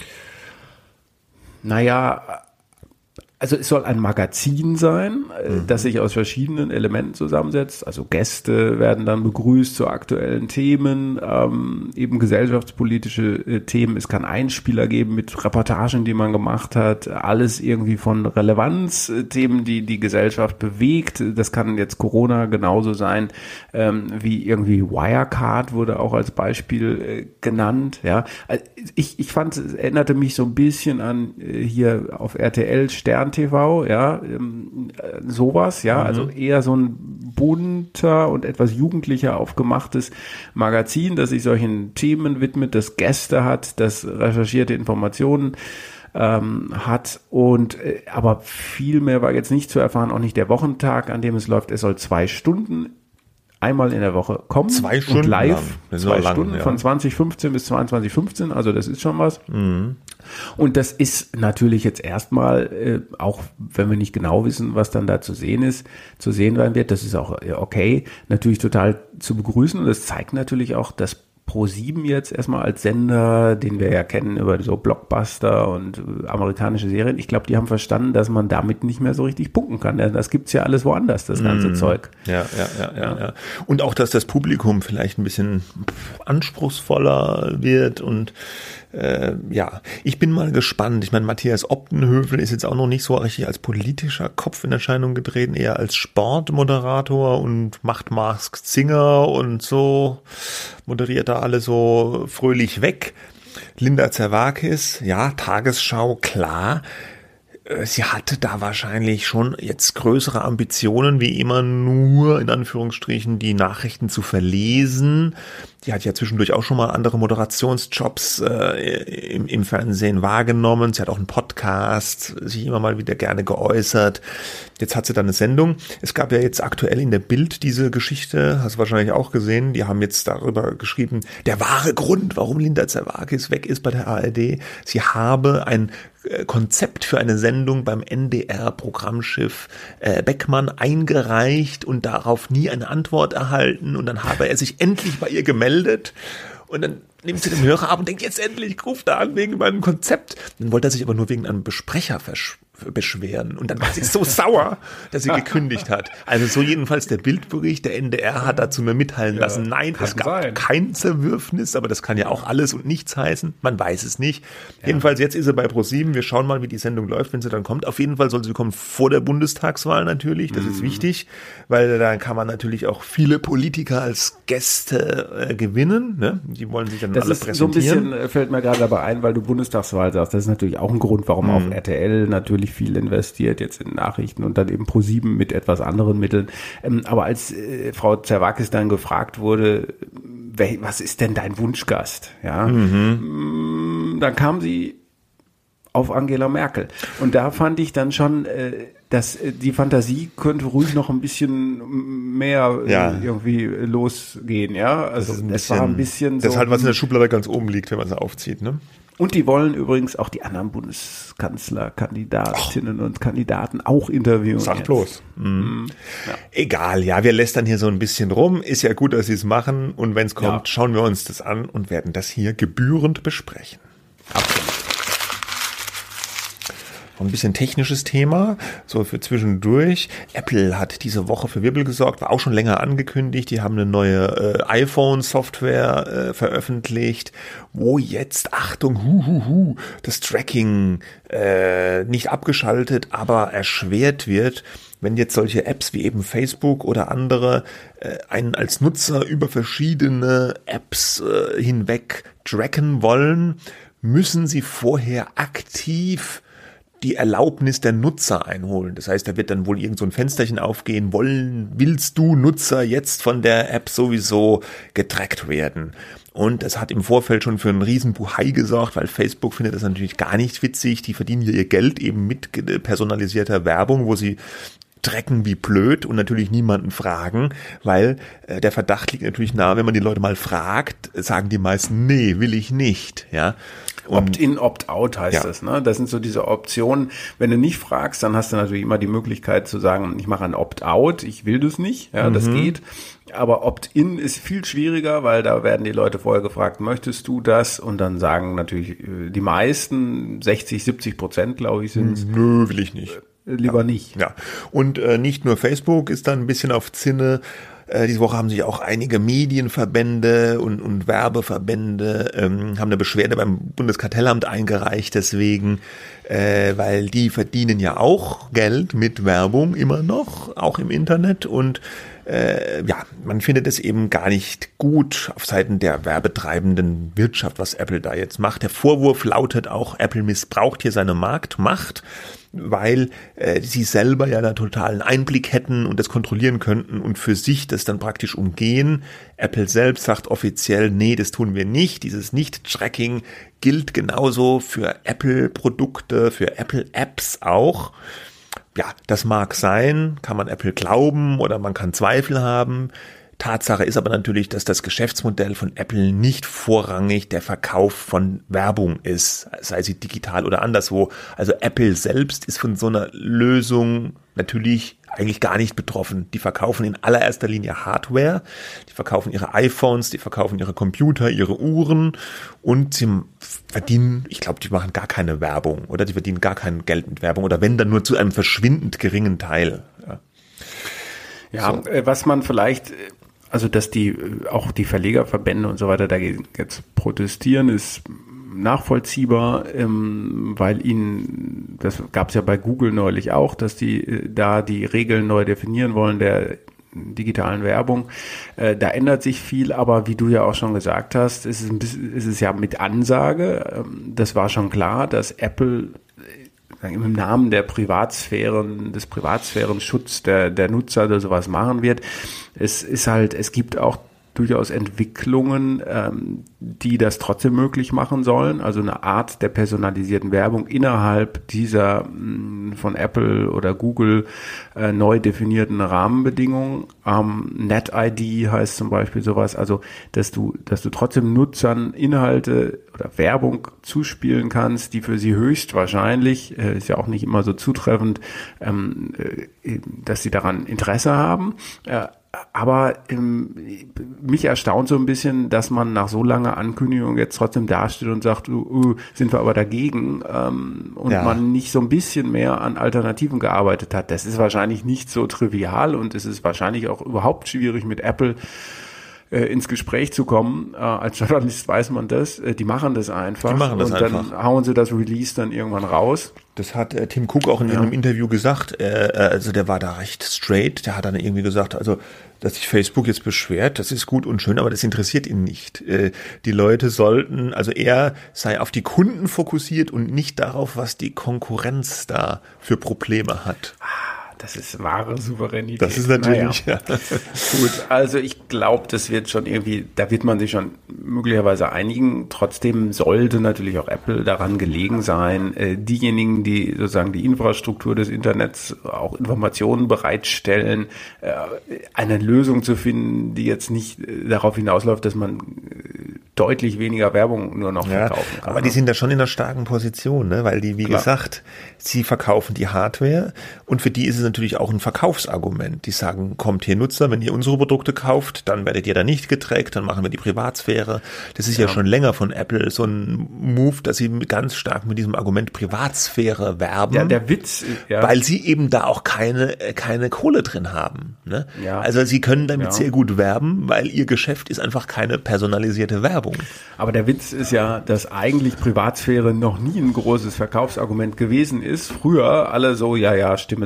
Naja, also es soll ein Magazin sein, mhm. das sich aus verschiedenen Elementen zusammensetzt. Also Gäste werden dann begrüßt zu aktuellen Themen, ähm, eben gesellschaftspolitische äh, Themen. Es kann Einspieler geben mit Reportagen, die man gemacht hat. Alles irgendwie von Relevanz, äh, Themen, die die Gesellschaft bewegt. Das kann jetzt Corona genauso sein, ähm, wie irgendwie Wirecard wurde auch als Beispiel äh, genannt. Ja, also ich ich fand, es erinnerte mich so ein bisschen an äh, hier auf R T L Stern T V, ja, ähm, sowas, ja, mhm. also eher so ein bunter und etwas jugendlicher aufgemachtes Magazin, das sich solchen Themen widmet, das Gäste hat, das recherchierte Informationen ähm, hat und äh, aber viel mehr war jetzt nicht zu erfahren, auch nicht der Wochentag, an dem es läuft. Es soll zwei Stunden einmal in der Woche kommen. Zwei Stunden und live, zwei lang, Stunden ja. von zwanzig fünfzehn bis zweiundzwanzig fünfzehn, also das ist schon was. Mhm. Und das ist natürlich jetzt erstmal, äh, auch wenn wir nicht genau wissen, was dann da zu sehen ist, zu sehen sein wird, das ist auch okay, natürlich total zu begrüßen und das zeigt natürlich auch, dass ProSieben jetzt erstmal als Sender, den wir ja kennen über so Blockbuster und äh, amerikanische Serien, ich glaube, die haben verstanden, dass man damit nicht mehr so richtig punkten kann. Das gibt's ja alles woanders, das ganze mm. Zeug. Ja, ja, ja, ja, ja. Und auch, dass das Publikum vielleicht ein bisschen anspruchsvoller wird und äh, ja, ich bin mal gespannt. Ich meine, Matthias Optenhövel ist jetzt auch noch nicht so richtig als politischer Kopf in Erscheinung getreten, eher als Sportmoderator und macht Masked Singer und so, moderiert da alle so fröhlich weg. Linda Zerwakis, ja, Tagesschau, klar. Sie hatte da wahrscheinlich schon jetzt größere Ambitionen, wie immer nur in Anführungsstrichen die Nachrichten zu verlesen. Die hat ja zwischendurch auch schon mal andere Moderationsjobs äh, im, im Fernsehen wahrgenommen. Sie hat auch einen Podcast, sich immer mal wieder gerne geäußert. Jetzt hat sie dann eine Sendung. Es gab ja jetzt aktuell in der Bild diese Geschichte, hast du wahrscheinlich auch gesehen. Die haben jetzt darüber geschrieben, der wahre Grund, warum Linda Zerwakis weg ist bei der A R D. Sie habe ein Konzept für eine Sendung beim N D R-Programmschiff äh, Beckmann eingereicht und darauf nie eine Antwort erhalten. Und dann habe er sich endlich bei ihr gemeldet. Und dann nimmt sie den Hörer ab und denkt, jetzt endlich, ich rufe da an wegen meinem Konzept. Dann wollte er sich aber nur wegen einem Besprecher versch- beschweren. Und dann war sie so sauer, dass sie gekündigt hat. Also so jedenfalls der Bildbericht. Der N D R hat dazu mir mitteilen lassen, ja, nein, es gab sein. kein Zerwürfnis, aber das kann ja auch alles und nichts heißen. Man weiß es nicht. Ja. Jedenfalls, jetzt ist sie bei ProSieben. Wir schauen mal, wie die Sendung läuft, wenn sie dann kommt. Auf jeden Fall soll sie kommen vor der Bundestagswahl natürlich. Das mhm. ist wichtig, weil da kann man natürlich auch viele Politiker als Gäste äh, gewinnen. Ne? Die wollen sich dann das alle ist präsentieren. So ein bisschen fällt mir gerade dabei ein, weil du Bundestagswahl sagst. Das ist natürlich auch ein Grund, warum mhm. auch R T L natürlich viel investiert jetzt in Nachrichten und dann eben ProSieben mit etwas anderen Mitteln. Ähm, aber als äh, Frau Zerwakis dann gefragt wurde, wer, was ist denn dein Wunschgast? Ja, mhm. dann kam sie auf Angela Merkel. Und da fand ich dann schon, äh, dass äh, die Fantasie könnte ruhig noch ein bisschen mehr äh, ja. irgendwie losgehen. Ja, also es bisschen, war ein bisschen so. Das ist halt, was in der Schublade ganz oben liegt, wenn man sie aufzieht, ne? Und die wollen übrigens auch die anderen Bundeskanzlerkandidatinnen und Kandidaten auch interviewen. Sag bloß. Mhm. Ja. Egal, ja, wir lästern hier so ein bisschen rum. Ist ja gut, dass sie es machen. Und wenn es kommt, ja. schauen wir uns das an und werden das hier gebührend besprechen. Absolut. Ein bisschen technisches Thema, so für zwischendurch. Apple hat diese Woche für Wirbel gesorgt, war auch schon länger angekündigt. Die haben eine neue äh, iPhone-Software äh, veröffentlicht, wo jetzt, Achtung, hu, hu, hu, das Tracking äh, nicht abgeschaltet, aber erschwert wird, wenn jetzt solche Apps wie eben Facebook oder andere äh, einen als Nutzer über verschiedene Apps äh, hinweg tracken wollen, müssen sie vorher aktiv die Erlaubnis der Nutzer einholen. Das heißt, da wird dann wohl irgend so ein Fensterchen aufgehen, wollen, willst du Nutzer jetzt von der App sowieso getrackt werden? Und es hat im Vorfeld schon für einen riesen Buhai gesorgt, weil Facebook findet das natürlich gar nicht witzig. Die verdienen hier ihr Geld eben mit personalisierter Werbung, wo sie tracken wie blöd und natürlich niemanden fragen, weil äh, der Verdacht liegt natürlich nahe, wenn man die Leute mal fragt, sagen die meisten, nee, will ich nicht, ja. Opt-in, Opt-out heißt ja. das, ne? Das sind so diese Optionen. Wenn du nicht fragst, dann hast du natürlich immer die Möglichkeit zu sagen, ich mache ein Opt-out, ich will das nicht, ja, mhm. das geht. Aber Opt-in ist viel schwieriger, weil da werden die Leute vorher gefragt, möchtest du das? Und dann sagen natürlich die meisten, sechzig, siebzig Prozent, glaube ich, sind es. Nö, will ich nicht. Lieber ja. nicht. Ja. Und äh, nicht nur Facebook ist da ein bisschen auf Zinne. Äh, diese Woche haben sich auch einige Medienverbände und, und Werbeverbände ähm, haben eine Beschwerde beim Bundeskartellamt eingereicht, deswegen, äh, weil die verdienen ja auch Geld mit Werbung immer noch, auch im Internet, und äh, ja, man findet es eben gar nicht gut auf Seiten der werbetreibenden Wirtschaft, was Apple da jetzt macht. Der Vorwurf lautet auch, Apple missbraucht hier seine Marktmacht, weil äh, sie selber ja da totalen Einblick hätten und das kontrollieren könnten und für sich das dann praktisch umgehen. Apple selbst sagt offiziell, nee, das tun wir nicht. Dieses Nicht-Tracking gilt genauso für Apple-Produkte, für Apple-Apps auch. Ja, das mag sein, kann man Apple glauben oder man kann Zweifel haben. Tatsache ist aber natürlich, dass das Geschäftsmodell von Apple nicht vorrangig der Verkauf von Werbung ist, sei sie digital oder anderswo. Also Apple selbst ist von so einer Lösung natürlich eigentlich gar nicht betroffen. Die verkaufen in allererster Linie Hardware, die verkaufen ihre iPhones, die verkaufen ihre Computer, ihre Uhren und sie verdienen, ich glaube, die machen gar keine Werbung oder die verdienen gar kein Geld mit Werbung oder wenn dann nur zu einem verschwindend geringen Teil. Ja, ja so. Was man vielleicht... Also, dass die, auch die Verlegerverbände und so weiter dagegen jetzt protestieren, ist nachvollziehbar, ähm, weil ihnen, das gab es ja bei Google neulich auch, dass die äh, da die Regeln neu definieren wollen der digitalen Werbung. Äh, da ändert sich viel, aber wie du ja auch schon gesagt hast, ist es, ein bisschen, ist es ja mit Ansage. Ähm, das war schon klar, dass Apple im Namen der Privatsphären, des Privatsphärenschutz der, der Nutzer oder sowas machen wird. Es ist halt, es gibt auch durchaus Entwicklungen, ähm, die das trotzdem möglich machen sollen. Also eine Art der personalisierten Werbung innerhalb dieser mh, von Apple oder Google äh, neu definierten Rahmenbedingungen. Ähm, Net-I D heißt zum Beispiel sowas. Also, dass du, dass du trotzdem Nutzern Inhalte oder Werbung zuspielen kannst, die für sie höchstwahrscheinlich, äh, ist ja auch nicht immer so zutreffend, ähm, äh, dass sie daran Interesse haben. Äh, Aber ähm, mich erstaunt so ein bisschen, dass man nach so langer Ankündigung jetzt trotzdem dasteht und sagt, uh, uh, sind wir aber dagegen ähm, und ja. man nicht so ein bisschen mehr an Alternativen gearbeitet hat. Das ist wahrscheinlich nicht so trivial und es ist wahrscheinlich auch überhaupt schwierig mit Apple äh, ins Gespräch zu komm. Äh, als Journalist weiß man das. Äh, die machen das einfach. Die machen das und einfach. dann hauen sie das Release dann irgendwann raus. Das hat äh, Tim Cook auch in ja. einem Interview gesagt. Äh, also der war da recht straight. Der hat dann irgendwie gesagt, also dass sich Facebook jetzt beschwert, das ist gut und schön, aber das interessiert ihn nicht. Äh, die Leute sollten, also er sei auf die Kunden fokussiert und nicht darauf, was die Konkurrenz da für Probleme hat. Das ist wahre Souveränität. Das ist natürlich, naja. ja. Gut, also ich glaube, das wird schon irgendwie, da wird man sich schon möglicherweise einigen. Trotzdem sollte natürlich auch Apple daran gelegen sein, äh, diejenigen, die sozusagen die Infrastruktur des Internets, auch Informationen bereitstellen, äh, eine Lösung zu finden, die jetzt nicht äh, darauf hinausläuft, dass man äh, deutlich weniger Werbung nur noch ja, verkaufen kann. Aber die sind da schon in einer starken Position, ne? Weil die, wie Klar. gesagt, sie verkaufen die Hardware und für die ist es natürlich auch ein Verkaufsargument. Die sagen, kommt hier Nutzer, wenn ihr unsere Produkte kauft, dann werdet ihr da nicht getrackt, dann machen wir die Privatsphäre. Das ist ja, ja schon länger von Apple so ein Move, dass sie ganz stark mit diesem Argument Privatsphäre werben. Ja, der Witz, ja. Weil sie eben da auch keine, keine Kohle drin haben. Ne? Ja. Also sie können damit ja. sehr gut werben, weil ihr Geschäft ist einfach keine personalisierte Werbung. Aber der Witz ist ja, dass eigentlich Privatsphäre noch nie ein großes Verkaufsargument gewesen ist. Früher alle so, ja, ja, Stimme zu, Nutzer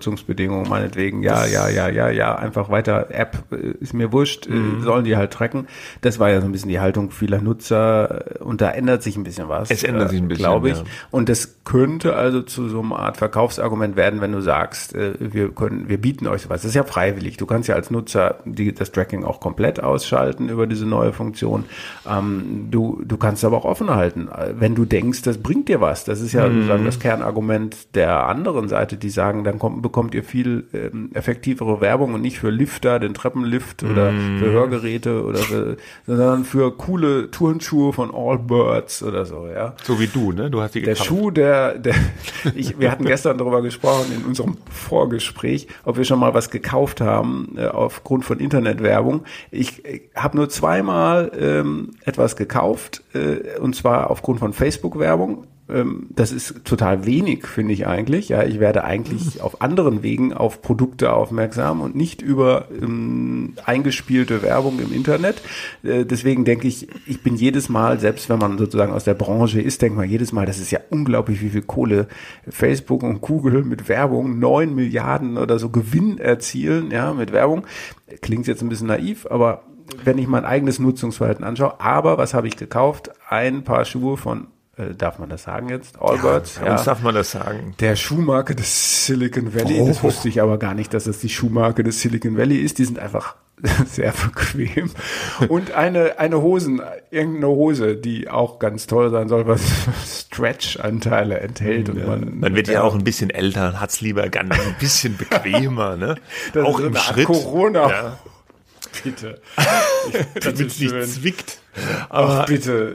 Nutzungsbedingungen, meinetwegen, ja, ja, ja, ja, ja, einfach weiter, App ist mir wurscht, mhm. sollen die halt tracken. Das war ja so ein bisschen die Haltung vieler Nutzer und da ändert sich ein bisschen was. Es ändert sich ein bisschen, glaube ich. Ja. Und das könnte also zu so einer Art Verkaufsargument werden, wenn du sagst, wir können, wir bieten euch sowas. Das ist ja freiwillig. Du kannst ja als Nutzer die, das Tracking auch komplett ausschalten über diese neue Funktion. Ähm, du, du kannst aber auch offen halten, wenn du denkst, das bringt dir was. Das ist ja mhm. sozusagen das Kernargument der anderen Seite, die sagen, dann kommt, bekommt ihr viel ähm, effektivere Werbung und nicht für Lifter, den Treppenlift oder mm. für Hörgeräte oder für, sondern für coole Turnschuhe von Allbirds oder so, ja. So wie du, ne? Du hast die gekauft. Der Schuh, der, der ich, wir hatten gestern darüber gesprochen in unserem Vorgespräch, ob wir schon mal was gekauft haben äh, aufgrund von Internetwerbung. Ich, ich habe nur zweimal ähm, etwas gekauft äh, und zwar aufgrund von Facebook-Werbung. Das ist total wenig, finde ich eigentlich. Ja, ich werde eigentlich auf anderen Wegen auf Produkte aufmerksam und nicht über ähm, eingespielte Werbung im Internet. Äh, deswegen denke ich, ich bin jedes Mal, selbst wenn man sozusagen aus der Branche ist, denkt man jedes Mal, das ist ja unglaublich, wie viel Kohle Facebook und Google mit Werbung, neun Milliarden oder so Gewinn erzielen, ja, mit Werbung. Klingt jetzt ein bisschen naiv, aber wenn ich mein eigenes Nutzungsverhalten anschaue, aber was habe ich gekauft? Ein Paar Schuhe von darf man das sagen jetzt? Allbirds? Ja, bei uns darf man das sagen. Der Schuhmarke des Silicon Valley. Oh. Das wusste ich aber gar nicht, dass das die Schuhmarke des Silicon Valley ist. Die sind einfach sehr bequem. Und eine, eine Hosen, irgendeine Hose, die auch ganz toll sein soll, was Stretch-Anteile enthält. Und ja, man, man wird ja auch ein bisschen älter, hat's lieber ganz ein bisschen bequemer, ne? Das auch ist im so Schritt. Corona. Ja. Bitte. Damit es nicht zwickt. Aber Ach, bitte.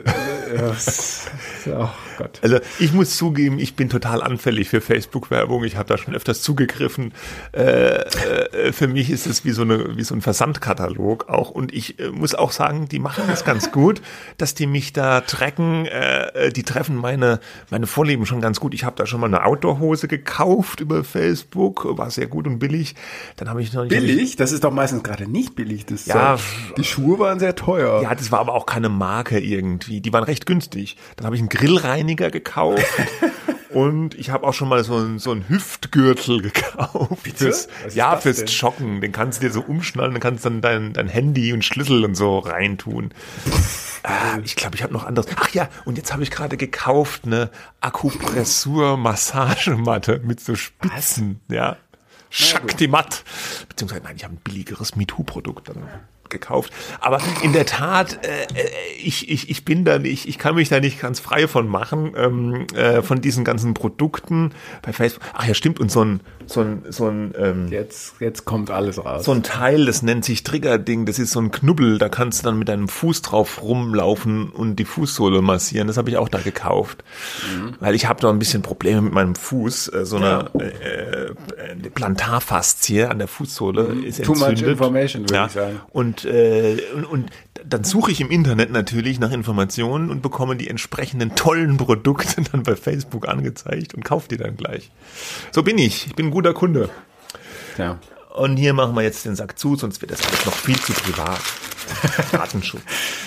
Oh Gott. Also ich muss zugeben, ich bin total anfällig für Facebook-Werbung. Ich habe da schon öfters zugegriffen. Äh, äh, für mich ist es wie so eine wie so ein Versandkatalog auch. Und ich äh, muss auch sagen, die machen das ganz gut, dass die mich da tracken. Äh, die treffen meine meine Vorlieben schon ganz gut. Ich habe da schon mal eine Outdoor-Hose gekauft über Facebook, war sehr gut und billig. Dann habe ich noch nicht billig. Das ist doch meistens gerade nicht billig. Das ja, die Schuhe waren sehr teuer. Ja, das war aber auch keine Marke irgendwie. Die waren recht günstig. Dann habe ich einen Grillreiniger gekauft und ich habe auch schon mal so einen, so einen Hüftgürtel gekauft. Fürs, ja, fürs denn? Joggen. Den kannst du dir so umschnallen, dann kannst du dann dein, dein Handy und Schlüssel und so reintun. Ah, ich glaube, ich habe noch anderes. Ach ja, und jetzt habe ich gerade gekauft eine Akupressur-Massagematte mit so Spitzen. Was? Ja. Shakti-Matt. Beziehungsweise, nein, ich habe ein billigeres MeToo-Produkt dann gekauft. Aber in der Tat, äh, ich, ich, ich bin da nicht, ich kann mich da nicht ganz frei von machen, ähm, äh, von diesen ganzen Produkten bei Facebook. Ach ja, stimmt. Und so ein, so ein, so ein, ähm, jetzt, jetzt kommt alles raus. So ein Teil, das nennt sich Triggerding, das ist so ein Knubbel, da kannst du dann mit deinem Fuß drauf rumlaufen und die Fußsohle massieren. Das habe ich auch da gekauft. Mhm. Weil ich habe da ein bisschen Probleme mit meinem Fuß, äh, so eine, ja. äh, eine Plantarfaszie an der Fußsohle mhm. ist entzündet. Too much information, würde ja. ich sagen. Und Und, äh, und, und dann suche ich im Internet natürlich nach Informationen und bekomme die entsprechenden tollen Produkte dann bei Facebook angezeigt und kaufe die dann gleich. So bin ich. Ich bin ein guter Kunde. Ja. Und hier machen wir jetzt den Sack zu, sonst wird das alles noch viel zu privat. Datenschutz.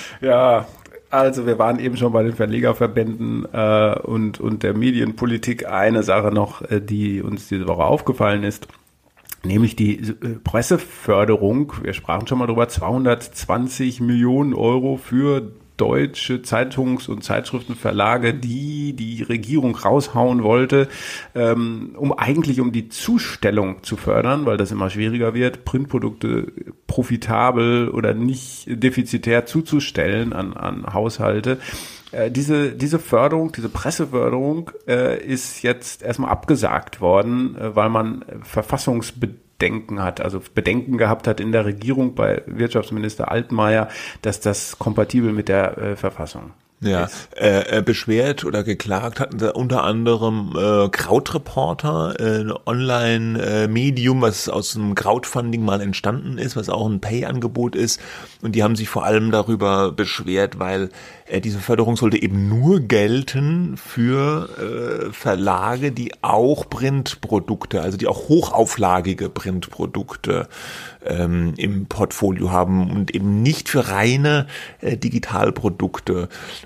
Ja, also wir waren eben schon bei den Verlegerverbänden äh, und, und der Medienpolitik. Eine Sache noch, äh, die uns diese Woche aufgefallen ist, nämlich die Presseförderung. Wir sprachen schon mal drüber, zweihundertzwanzig Millionen Euro für deutsche Zeitungs- und Zeitschriftenverlage, die die Regierung raushauen wollte, ähm, um eigentlich um die Zustellung zu fördern, weil das immer schwieriger wird, Printprodukte profitabel oder nicht defizitär zuzustellen an, an Haushalte. Äh, diese, diese Förderung, diese Presseförderung äh, ist jetzt erstmal abgesagt worden, äh, weil man Verfassungsbedenken hat, also Bedenken gehabt hat in der Regierung bei Wirtschaftsminister Altmaier, dass das kompatibel mit der äh, Verfassung Ja, äh, beschwert oder geklagt hatten sie unter anderem äh, Krautreporter, äh, ein Online-Medium, äh, was aus einem Crowdfunding mal entstanden ist, was auch ein Pay-Angebot ist. Und die haben sich vor allem darüber beschwert, weil äh, diese Förderung sollte eben nur gelten für äh, Verlage, die auch Printprodukte, also die auch hochauflagige Printprodukte ähm, im Portfolio haben und eben nicht für reine äh, Digitalprodukte.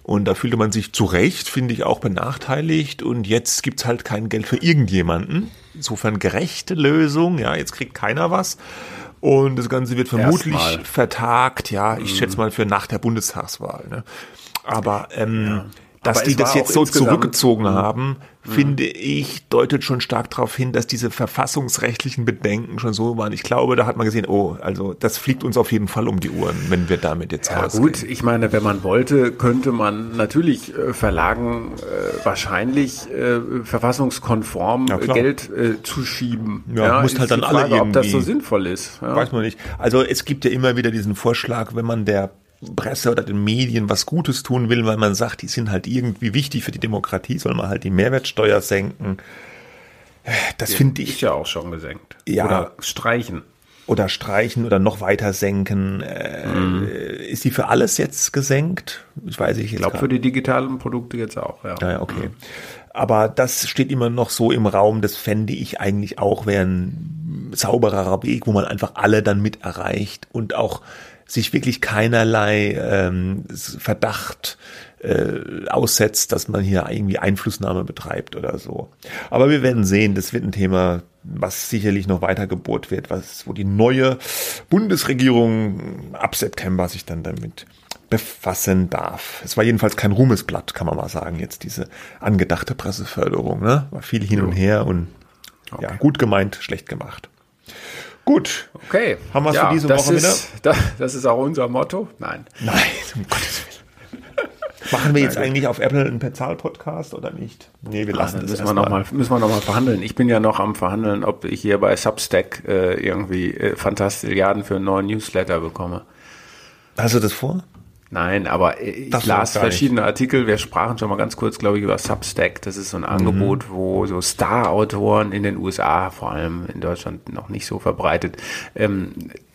Und da fühlte man sich zu Recht, finde ich, auch benachteiligt. Und jetzt gibt's halt kein Geld für irgendjemanden. Insofern gerechte Lösung. Ja, jetzt kriegt keiner was. Und das Ganze wird vermutlich Erstmal. vertagt. Ja, ich Mhm. schätze mal für nach der Bundestagswahl. Ne? Aber ähm, Ja. dass Aber die es das war jetzt auch so insgesamt- zurückgezogen Mhm. haben, finde ich, deutet schon stark darauf hin, dass diese verfassungsrechtlichen Bedenken schon so waren. Ich glaube, da hat man gesehen, oh, also das fliegt uns auf jeden Fall um die Ohren, wenn wir damit jetzt Ja rausgehen. gut, ich meine, wenn man wollte, könnte man natürlich äh, Verlagen äh, wahrscheinlich äh, verfassungskonform Ja, äh, klar. Geld äh, zuschieben. Ja, muss ist halt die dann alle Frage, ob das so irgendwie- sinnvoll ist. Ja. Weiß man nicht. Also es gibt ja immer wieder diesen Vorschlag, wenn man der Presse oder den Medien was Gutes tun will, weil man sagt, die sind halt irgendwie wichtig für die Demokratie, soll man halt die Mehrwertsteuer senken. Das finde Ist ich, ja auch schon gesenkt. Ja. Oder streichen. oder streichen oder noch weiter senken. Äh, Mhm. Ist die für alles jetzt gesenkt? Ich weiß ich jetzt Ich glaube, grad. für die digitalen Produkte jetzt auch. Ja. Ja, ja, okay. Aber das steht immer noch so im Raum, das fände ich eigentlich auch, wäre ein saubererer Weg, wo man einfach alle dann mit erreicht und auch sich wirklich keinerlei ähm, Verdacht äh, aussetzt, dass man hier irgendwie Einflussnahme betreibt oder so. Aber wir werden sehen, das wird ein Thema, was sicherlich noch weiter gebohrt wird, was, wo die neue Bundesregierung ab September sich dann damit befassen darf. Es war jedenfalls kein Ruhmesblatt, kann man mal sagen, jetzt diese angedachte Presseförderung. Ne? War viel hin und her und ja, gut gemeint, schlecht gemacht. Gut. Okay. Haben wir es ja, für diese das Woche ist, wieder? Das ist auch unser Motto. Nein. Nein, um Gottes Willen. Machen wir jetzt eigentlich auf Apple einen Bezahl-Podcast oder nicht? Nee, wir lassen Ah, das müssen wir erstmal. noch mal, müssen wir noch mal verhandeln. Ich bin ja noch am Verhandeln, ob ich hier bei Substack äh, irgendwie äh, Fantastilliarden für einen neuen Newsletter bekomme. Hast du das vor? Nein, aber ich Das las war gar nicht. verschiedene Artikel. Wir sprachen schon mal ganz kurz, glaube ich, über Substack. Das ist so ein Angebot, wo so Star-Autoren in den U S A, vor allem in Deutschland noch nicht so verbreitet, ähm,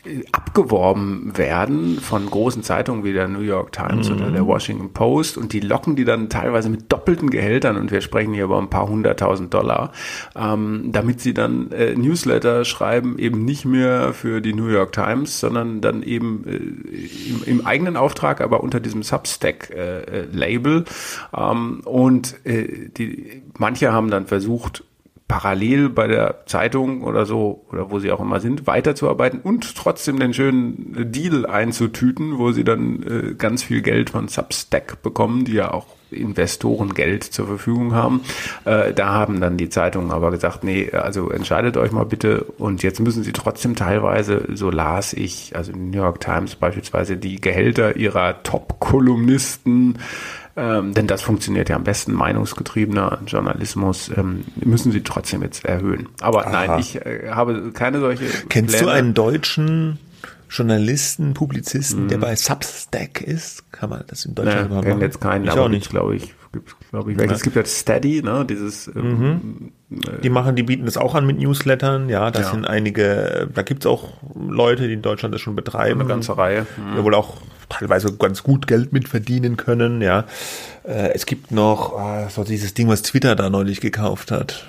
abgeworben werden von großen Zeitungen wie der New York Times oder der Washington Post, und die locken die dann teilweise mit doppelten Gehältern, und wir sprechen hier über ein paar hunderttausend Dollar, ähm, damit sie dann äh, Newsletter schreiben, eben nicht mehr für die New York Times, sondern dann eben äh, im, im eigenen Auftrag, aber unter diesem Substack-Label. Äh, ähm, und äh, die, manche haben dann versucht, parallel bei der Zeitung oder so, oder wo sie auch immer sind, weiterzuarbeiten und trotzdem den schönen Deal einzutüten, wo sie dann äh, ganz viel Geld von Substack bekommen, die ja auch Investoren Geld zur Verfügung haben. Äh, da haben dann die Zeitungen aber gesagt, nee, also entscheidet euch mal bitte, und jetzt müssen sie trotzdem teilweise, so las ich, also New York Times beispielsweise, die Gehälter ihrer Top-Kolumnisten, Ähm, denn das funktioniert ja am besten, meinungsgetriebener Journalismus, ähm, müssen sie trotzdem jetzt erhöhen. Aber Aha. nein, ich äh, habe keine solche Kennst Pläne. du einen deutschen Journalisten, Publizisten, der bei Substack ist? Kann man das in Deutschland Nee, mal kenne machen? jetzt keinen, ich aber auch nicht. glaube ich, gibt, glaube ich, welches. Es gibt ja Steady, ne, dieses, ähm, Die machen, die bieten das auch an mit Newslettern, ja, das Ja. sind einige, da gibt's auch Leute, die in Deutschland das schon betreiben. eine ganze Reihe. Ja, wohl auch teilweise ganz gut Geld mit verdienen können, ja. Äh, es gibt noch äh, so dieses Ding, was Twitter da neulich gekauft hat.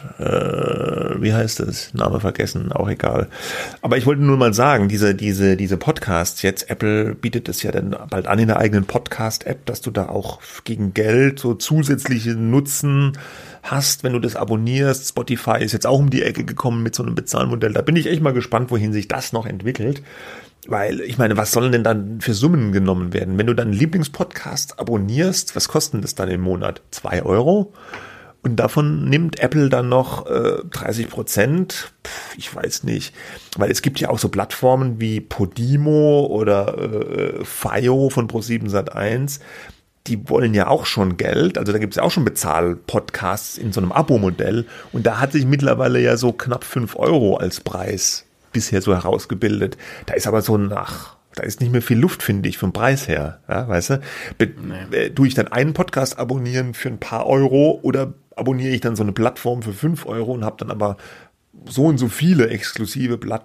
Äh, wie heißt das? Name vergessen, auch egal. Aber ich wollte nur mal sagen, diese, diese, diese Podcasts jetzt, Apple bietet es ja dann bald an in der eigenen Podcast-App, dass du da auch gegen Geld so zusätzliche Nutzen hast, wenn du das abonnierst. Spotify ist jetzt auch um die Ecke gekommen mit so einem Bezahlmodell. Da bin ich echt mal gespannt, wohin sich das noch entwickelt. Weil, ich meine, was sollen denn dann für Summen genommen werden? Wenn du deinen Lieblingspodcast abonnierst, was kosten das dann im Monat? Zwei Euro? Und davon nimmt Apple dann noch äh, dreißig Prozent? Puh, ich weiß nicht. Weil es gibt ja auch so Plattformen wie Podimo oder äh, Fio von ProSieben Sat eins. Die wollen ja auch schon Geld. Also da gibt es ja auch schon Bezahl-Podcasts in so einem Abo-Modell. Und da hat sich mittlerweile ja so knapp fünf Euro als Preis bisher so herausgebildet. Da ist aber so nach, da ist nicht mehr viel Luft, finde ich, vom Preis her. Ja, weißt du? Be- Nee. äh, tue ich dann einen Podcast abonnieren für ein paar Euro oder abonniere ich dann so eine Plattform für fünf Euro und habe dann aber so und so viele exklusive Blatt-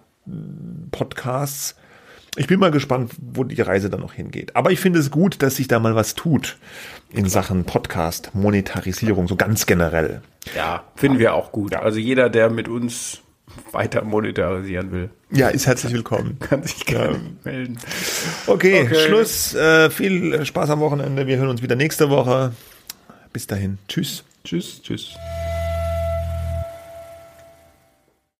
Podcasts. Ich bin mal gespannt, wo die Reise dann noch hingeht. Aber ich finde es gut, dass sich da mal was tut in Sachen Podcast-Monetarisierung, so ganz generell. Ja, finden wir auch gut. Also jeder, der mit uns weiter monetarisieren will. Ja, ist herzlich willkommen. Kann sich gerne melden. Okay, Okay. Schluss. Äh, viel Spaß am Wochenende. Wir hören uns wieder nächste Woche. Bis dahin. Tschüss. Tschüss, tschüss.